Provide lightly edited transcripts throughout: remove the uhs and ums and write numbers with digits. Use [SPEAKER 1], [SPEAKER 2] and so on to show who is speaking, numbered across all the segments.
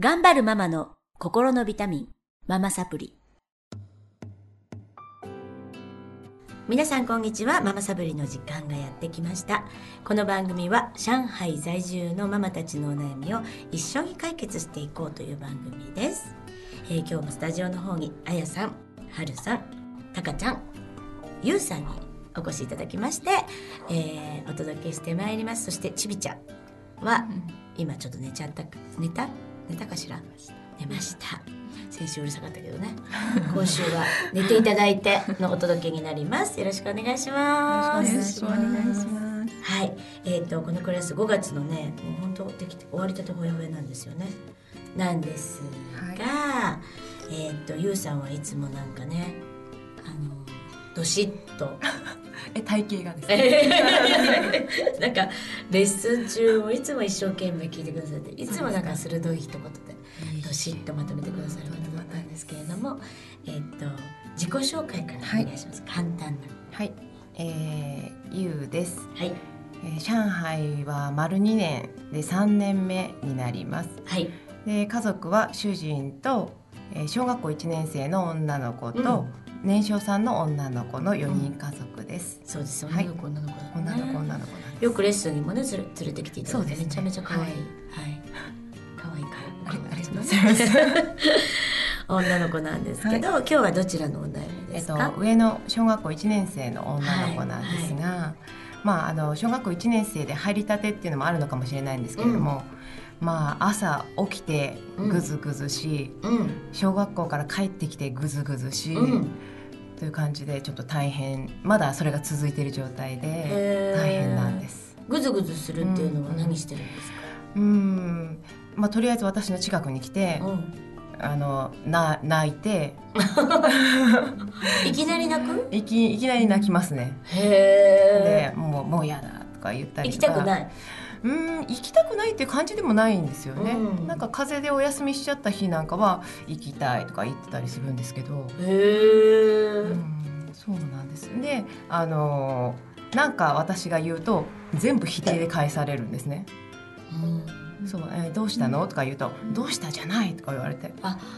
[SPEAKER 1] 頑張るママの心のビタミン、ママサプリ。皆さんこんにちは。ママサプリの時間がやってきました。この番組は上海在住のママたちのお悩みを一緒に解決していこうという番組です。今日もスタジオの方にあやさん、はるさん、たかちゃん、ゆうさんにお越しいただきまして、お届けしてまいります。そしてちびちゃんは今ちょっと寝ちゃった。寝たかしら。寝ました。先週うるさかったけどね。今週は寝ていただいてのお届けになります。よろしくお願いします。
[SPEAKER 2] よろしくお願いします。
[SPEAKER 1] はい、このクラス5月のね、もう本当できて終わりたてほやほやなんですよね。なんですが、はい、ゆうさんはいつもなんかね、どしっと
[SPEAKER 2] 体型がですね
[SPEAKER 1] なんかレッスン中もいつも一生懸命聞いてくださって、いつもなんか鋭い一言でどしっとまとめてくださる方だったんですけれども、自己紹介からお願いします。簡単な。
[SPEAKER 2] はい、ゆうです。
[SPEAKER 1] はい。
[SPEAKER 2] 上海は丸2年で3年目になります。
[SPEAKER 1] はい。
[SPEAKER 2] で家族は主人と、小学校1年生の女の子と、年少さんの女の子の4人家族です。
[SPEAKER 1] そうです。女の子、女の子だね。
[SPEAKER 2] 女の子なんです。
[SPEAKER 1] よくレッスンにもね連れてきていただいて、めちゃめちゃ可愛い。はい。可愛いから。
[SPEAKER 2] ありがとうございます。
[SPEAKER 1] 女の子なんですけど、今日はどちらのお悩みですか？
[SPEAKER 2] 上の小学校1年生の女の子なんですが、小学校1年生で入りたてっていうのもあるのかもしれないんですけれども、朝起きてぐずぐずし、小学校から帰ってきてぐずぐずし、という感じでちょっと大変、まだそれが続いている状態で大変なんです。
[SPEAKER 1] ぐずぐずするっていうのは何してるんですか？
[SPEAKER 2] とりあえず私の近くに来て、泣いて
[SPEAKER 1] いきなり泣く？
[SPEAKER 2] いきなり泣きますね。
[SPEAKER 1] へ
[SPEAKER 2] でもう嫌だとか言ったりとか。
[SPEAKER 1] 行きたくない。
[SPEAKER 2] 行きたくないっていう感じでもないんですよね。なんか風邪でお休みしちゃった日なんかは行きたいとか言ってたりするんですけど。そうなんです。でなんか私が言うと全部否定で返されるんですね。どうしたのとか言うと、どうしたじゃないとか言われて、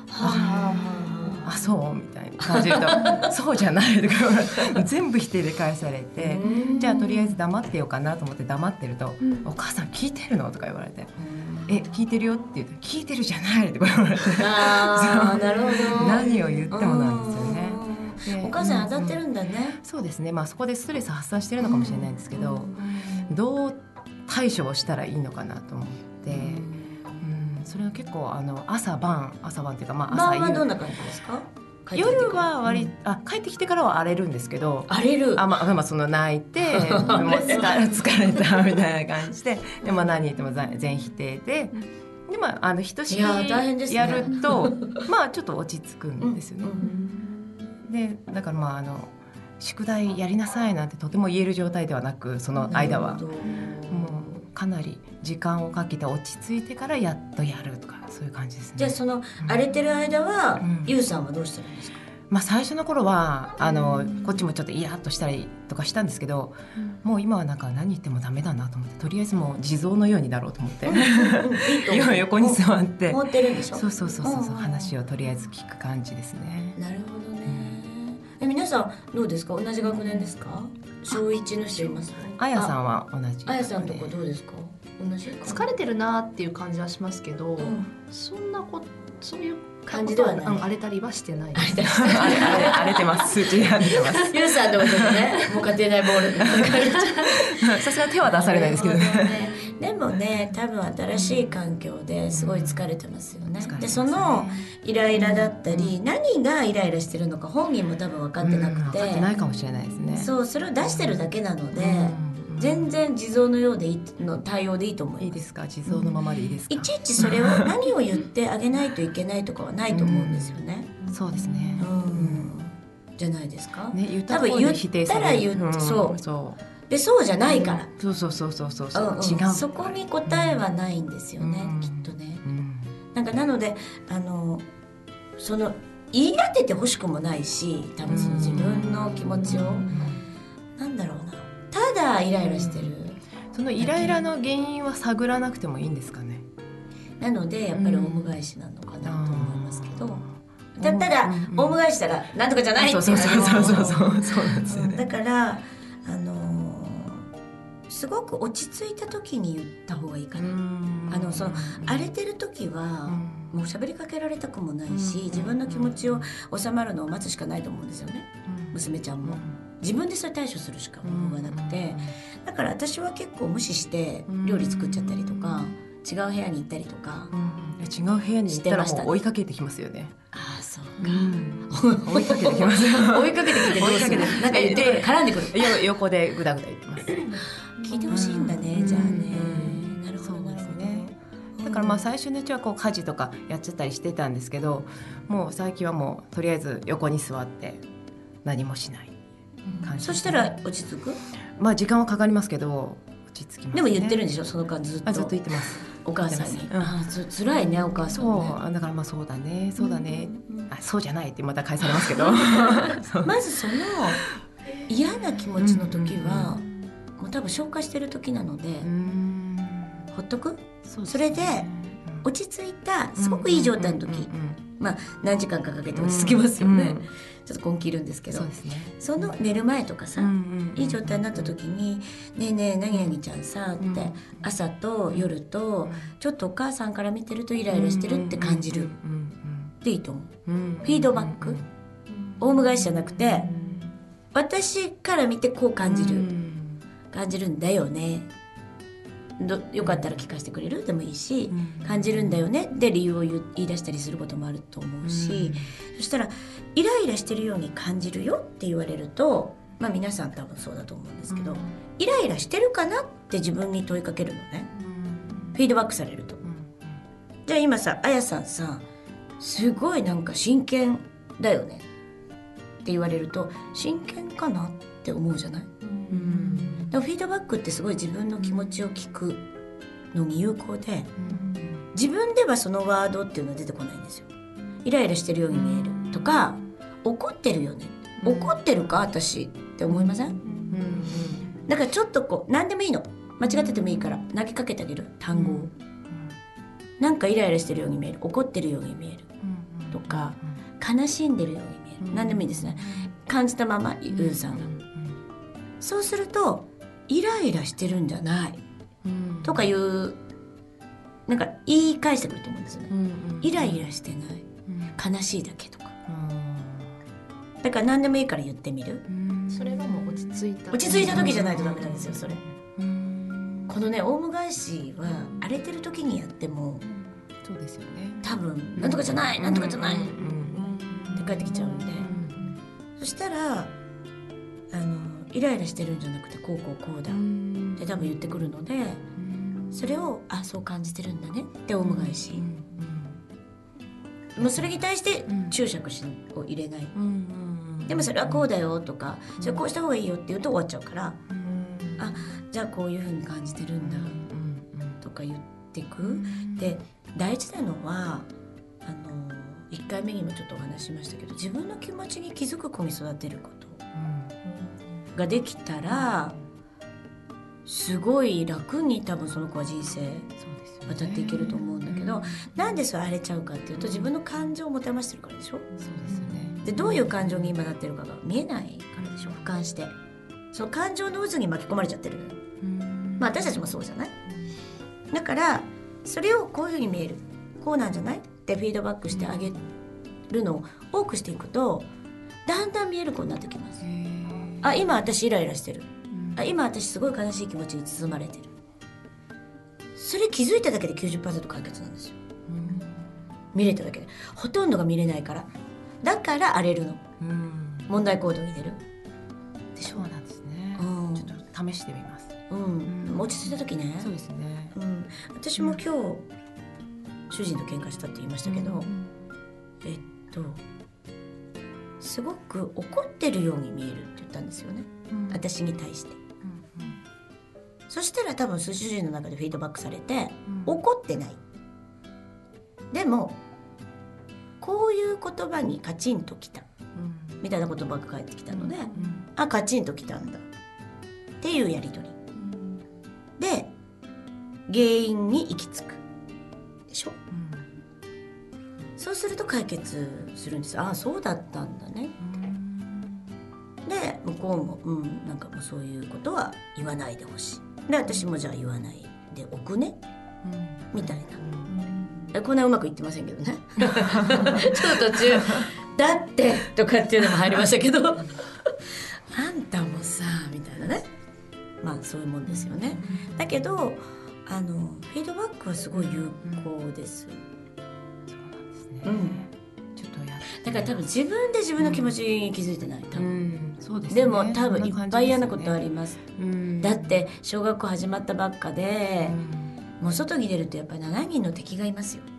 [SPEAKER 2] そうみたいな感じで言うとそうじゃないとか言われて全部否定で返されて、じゃあとりあえず黙ってようかなと思って黙ってると、お母さん聞いてるのとか言われて、聞いてるよって言うと聞いてるじゃないとか言われて
[SPEAKER 1] なるほど。
[SPEAKER 2] 何を言ってもなんですよね。
[SPEAKER 1] お母さん当たってるんだね。
[SPEAKER 2] そうですね。そこでストレス発散してるのかもしれないんですけど、どう対処をしたらいいのかなと思って、それは結構朝晩っていうか、朝夕。
[SPEAKER 1] どんな感じですか？
[SPEAKER 2] 夜は帰ってきてからは荒れるんですけど、
[SPEAKER 1] 荒れる。
[SPEAKER 2] その泣いてもう疲れたみたいな感じで、で何言っても全否定で。でひとしきりやるとちょっと落ち着くんですよね。でだから宿題やりなさいなんてとても言える状態ではなく、その間はもうかなり時間をかけて落ち着いてからやっとやるとか、そういう感じですね。
[SPEAKER 1] じゃあその荒れてる間は、ゆうさんはどうしてるんですか？
[SPEAKER 2] 最初の頃はこっちもちょっとイラッとしたりとかしたんですけど、もう今はなんか何言ってもダメだなと思って、とりあえずもう地蔵のようになろうと思って横に座って
[SPEAKER 1] 持ってるんでしょ？
[SPEAKER 2] そう話をとりあえず聞く感じですね。
[SPEAKER 1] なるほどね。皆さんどうですか？同じ学年ですか？小1の人います？
[SPEAKER 2] あやさんは同じ。
[SPEAKER 1] あやさんとかどうですか？同じ。
[SPEAKER 3] 疲れてるなっていう感じはしますけど、そういう
[SPEAKER 1] 感じではない。
[SPEAKER 3] 荒れたりはしてない。
[SPEAKER 2] 荒れてます。数値が出てます。
[SPEAKER 1] ゆうさんとこでね、もう家庭内暴力
[SPEAKER 2] さすがに手は出されないですけどね。
[SPEAKER 1] でもね、多分新しい環境ですごい疲れてますよね。でそのイライラだったり、何がイライラしてるのか本人も多分分かってなくて、
[SPEAKER 2] 分かってないかもしれないですね。
[SPEAKER 1] それを出してるだけなので、全然地蔵のようでの対応でいいと思います。
[SPEAKER 2] いいですか？地蔵のままでいいですか？
[SPEAKER 1] いちいちそれを何を言ってあげないといけないとかはないと思うんですよね。
[SPEAKER 2] そうですね。
[SPEAKER 1] じゃないですか？
[SPEAKER 2] 多分言ったら
[SPEAKER 1] でそうじゃないから。
[SPEAKER 2] そう違う。
[SPEAKER 1] そこに答えはないんですよね、きっとね。なのでその言い当ててほしくもないし、多分その自分の気持ちをなんだろうな、ただイライラしてる。
[SPEAKER 2] そのイライラの原因は探らなくてもいいんですかね？
[SPEAKER 1] なのでやっぱりオウム返しなのかなと思いますけど、ただオウム返したらなんとかじゃないっていう
[SPEAKER 2] そうなんですよね。
[SPEAKER 1] だからすごく落ち着いた時に言った方がいいかな。その荒れてる時はもう喋りかけられたくもないし、自分の気持ちを収まるのを待つしかないと思うんですよね。娘ちゃんも自分でそれ対処するしか方法がなくて、だから私は結構無視して料理作っちゃったりとか、違う部屋に行ったりとか、
[SPEAKER 2] 違う部屋に行ったらもう追いかけてきますよね。
[SPEAKER 1] ああそうか、
[SPEAKER 2] 追いかけてきます
[SPEAKER 1] 追いかけてきてどうする、なんか言ってくる、絡んでくる、
[SPEAKER 2] 横でグダグダ言ってます。
[SPEAKER 1] 聞いてほしいんだね、じゃあね。なるほどなるほど。
[SPEAKER 2] だから最初のうちはこう家事とかやっちゃったりしてたんですけど、もう最近はもうとりあえず横に座って何もしない感じ。
[SPEAKER 1] そしたら落ち着く？
[SPEAKER 2] 時間はかかりますけど落ち着きますね。
[SPEAKER 1] でも言ってるんでしょ、その間ずっと。
[SPEAKER 2] ずっと言ってます。
[SPEAKER 1] お母さんに。辛いね、お母さんね。
[SPEAKER 2] そうだからそうだね、そうだね、そうじゃないってまた返されますけど
[SPEAKER 1] まずその嫌な気持ちの時はもう多分消化してる時なので、ほっとく。それで落ち着いたすごくいい状態の時、何時間かかけて落ち着きますよね。ちょっと根気いるんですけど、その寝る前とかさ、いい状態になった時に「ねえねえ何々ちゃんさ」って朝と夜とちょっとお母さんから見てるとイライラしてるって感じるでいいと思う。フィードバック、オウム返しじゃなくて、私から見てこう感じるんだよね、よかったら聞かせてくれるでもいいし、感じるんだよねで理由を言い出したりすることもあると思うし、そしたらイライラしてるように感じるよって言われると、皆さん多分そうだと思うんですけど、イライラしてるかなって自分に問いかけるのね。フィードバックされると、じゃあ今さ、あやさんさすごいなんか真剣だよねって言われると、真剣かなって思うじゃない。でもフィードバックってすごい自分の気持ちを聞くのに有効で、自分ではそのワードっていうのは出てこないんですよ。イライラしてるように見えるとか、怒ってるよね、怒ってるか私って思いません？だからちょっとこう何でもいいの、間違っててもいいから投げかけてあげる単語を、なんかイライラしてるように見える、怒ってるように見えるとか、悲しんでるように見える、何でもいいですね。感じたままゆうさんが、そうするとイライラしてるんじゃないとかいうなんか言い返してくると思うんですよね。イライラしてない、悲しいだけとか。だから何でもいいから言ってみる。
[SPEAKER 3] それがもう落ち着いた
[SPEAKER 1] 時じゃないとダメなんですよ、それ。このね、オウム返しは荒れてる時にやっても
[SPEAKER 2] そうですよね、
[SPEAKER 1] 多分なんとかじゃない、なんとかじゃないって返ってきちゃうんで、そしたらイライラしてるんじゃなくてこうこうこうだって多分言ってくるので、それをそう感じてるんだねってオウム返し、もうそれに対して注釈を入れない、でもそれはこうだよとか、それこうした方がいいよって言うと終わっちゃうから、じゃあこういう風に感じてるんだとか言っていく。で大事なのは1回目にもちょっとお話ししましたけど、自分の気持ちに気づく子に育てることができたら、すごい楽に多分その子は人生渡っていけると思うんだけど、なんでそう荒れちゃうかっていうと、自分の感情を持て余してるからでしょ。そうですよね。でどういう感情に今なってるかが見えないからでしょ、俯瞰して。その感情の渦に巻き込まれちゃってるのよ。私たちもそうじゃない。だからそれをこういうふうに見える、こうなんじゃないってフィードバックしてあげるのを多くしていくと、だんだん見える子になってきます。今私イライラしてる、今私すごい悲しい気持ちに包まれてる。それ気づいただけで 90% 解決なんですよ。見れただけで。ほとんどが見れないから、だから荒れるの。問題行動に出るでしょ。
[SPEAKER 2] そうなんですね。ちょっと試してみます。
[SPEAKER 1] 落ち着いた時ね。
[SPEAKER 2] そうですね。
[SPEAKER 1] 私も今日主人と喧嘩したって言いましたけど、すごく怒ってるように見えるって言ったんですよね、私に対して、そしたら多分主人の中でフィードバックされて、怒ってない、でもこういう言葉にカチンときた、みたいな言葉が返ってきたので、カチンときたんだっていうやり取りで原因に行き着くでしょ。 そうすると解決するんです。ああそうだったんだね。で向こうも、なんかもうそういうことは言わないでほしい。で私もじゃあ言わないでおくね、みたいな。こんなうまくいってませんけどね。ちょっと途中だってとかっていうのも入りましたけどあんたもさみたいなね。まあそういうもんですよね。だけどフィードバックはすごい有効です。
[SPEAKER 2] そうなんですね。ちょっと
[SPEAKER 1] だから多分自分で自分の気持ちに気づいてない。多分、
[SPEAKER 2] そうですね。
[SPEAKER 1] でも多分いっぱい嫌なことあります。だって小学校始まったばっかで、もう外に出るとやっぱり7人の敵がいますよ。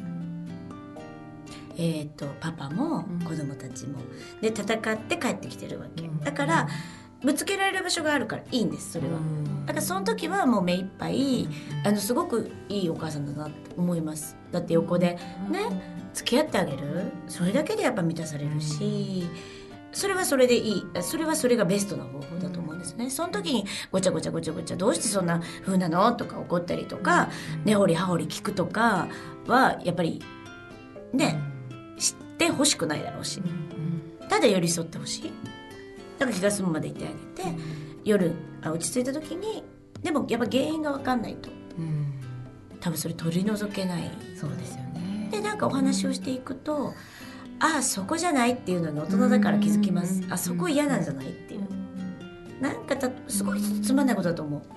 [SPEAKER 1] パパも子供たちもで戦って帰ってきてるわけ。だからぶつけられる場所があるからいいんです。それはだからその時はもう目いっぱいすごくいいお母さんだなと思います。だって横でね付き合ってあげる、それだけでやっぱ満たされるし、それはそれでいい、それはそれがベストな方法だと思うんですね。その時にごちゃごちゃごちゃごちゃどうしてそんな風なのとか怒ったりとか根掘り葉掘り聞くとかはやっぱりね知ってほしくないだろうし、ただ寄り添ってほしい。だから気が済むまでいてあげて、夜落ち着いた時にでもやっぱ原因が分かんないと、多分それ取り除けない。
[SPEAKER 2] そうですよね。
[SPEAKER 1] でなんかお話をしていくと、あそこじゃないっていうのに大人だから気づきます。あそこ嫌なんじゃないっていう、なんかすごいつまんないことだと思う。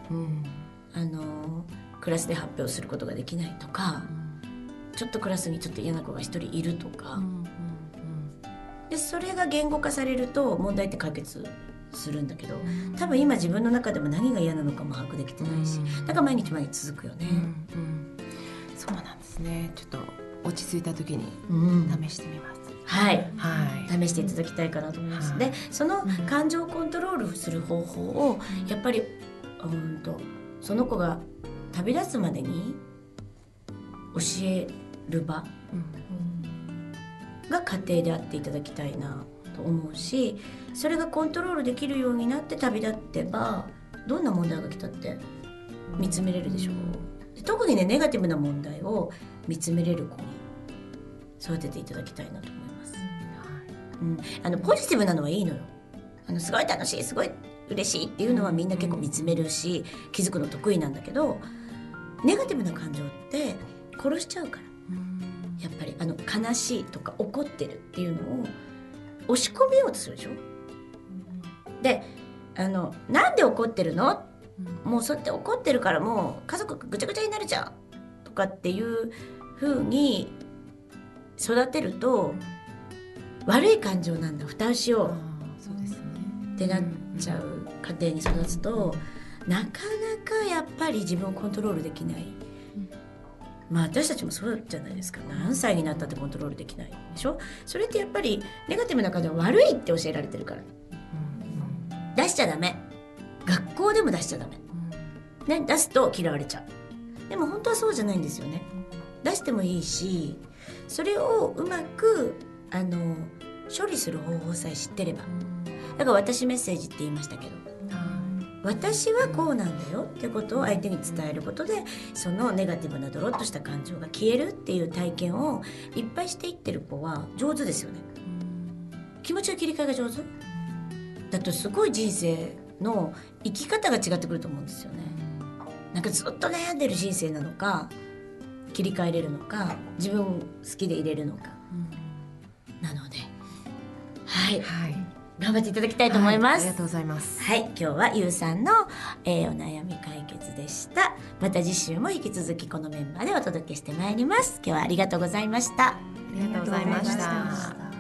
[SPEAKER 1] クラスで発表することができないとか、ちょっとクラスにちょっと嫌な子が一人いるとか、でそれが言語化されると問題って解決するんだけど、多分今自分の中でも何が嫌なのかも把握できてないし、だから毎日毎日続くよね。
[SPEAKER 2] そうなんですね。ちょっと落ち着いた時に試してみます。
[SPEAKER 1] はい、試していただきたいかなと思います。でその感情をコントロールする方法をやっぱりその子が旅立つまでに教える場が家庭であっていただきたいなと思うし、それがコントロールできるようになって旅立ってばどんな問題が来たって見つめれるでしょう。特にねネガティブな問題を見つめれる子に育てていただきたいなと思います。ポジティブなのはいいのよ。すごい楽しいすごい嬉しいっていうのはみんな結構見つめるし気づくの得意なんだけど、ネガティブな感情って殺しちゃうから、やっぱり悲しいとか怒ってるっていうのを押し込めようとするでしょ。でなんで怒ってるの、もうそうやって怒ってるからもう家族ぐちゃぐちゃになるじゃんとかっていう風に育てると、悪い感情なんだ蓋をしようってなっちゃう家庭に育つと、なかなかやっぱり自分をコントロールできない。まあ私たちもそうじゃないですか。何歳になったってコントロールできないでしょ。それってやっぱりネガティブな感情は悪いって教えられてるから、出しちゃダメ。学校でも出しちゃダメ、ね、出すと嫌われちゃう。でも本当はそうじゃないんですよね。出してもいいし、それをうまく処理する方法さえ知ってれば。だから私メッセージって言いましたけど、私はこうなんだよってことを相手に伝えることで、そのネガティブなドロッとした感情が消えるっていう体験をいっぱいしていってる子は上手ですよね。気持ちの切り替えが上手だとすごい人生の生き方が違ってくると思うんですよね。なんかずっと悩んでる人生なのか、切り替えれるのか、自分好きで入れるのか、なので頑張っていただきたいと思います。
[SPEAKER 2] ありがとうございます。
[SPEAKER 1] 今日はゆうさんの、お悩み解決でした。また次週も引き続きこのメンバーでお届けしてまいります。今日はありがとうございました。
[SPEAKER 2] ありがとうございました。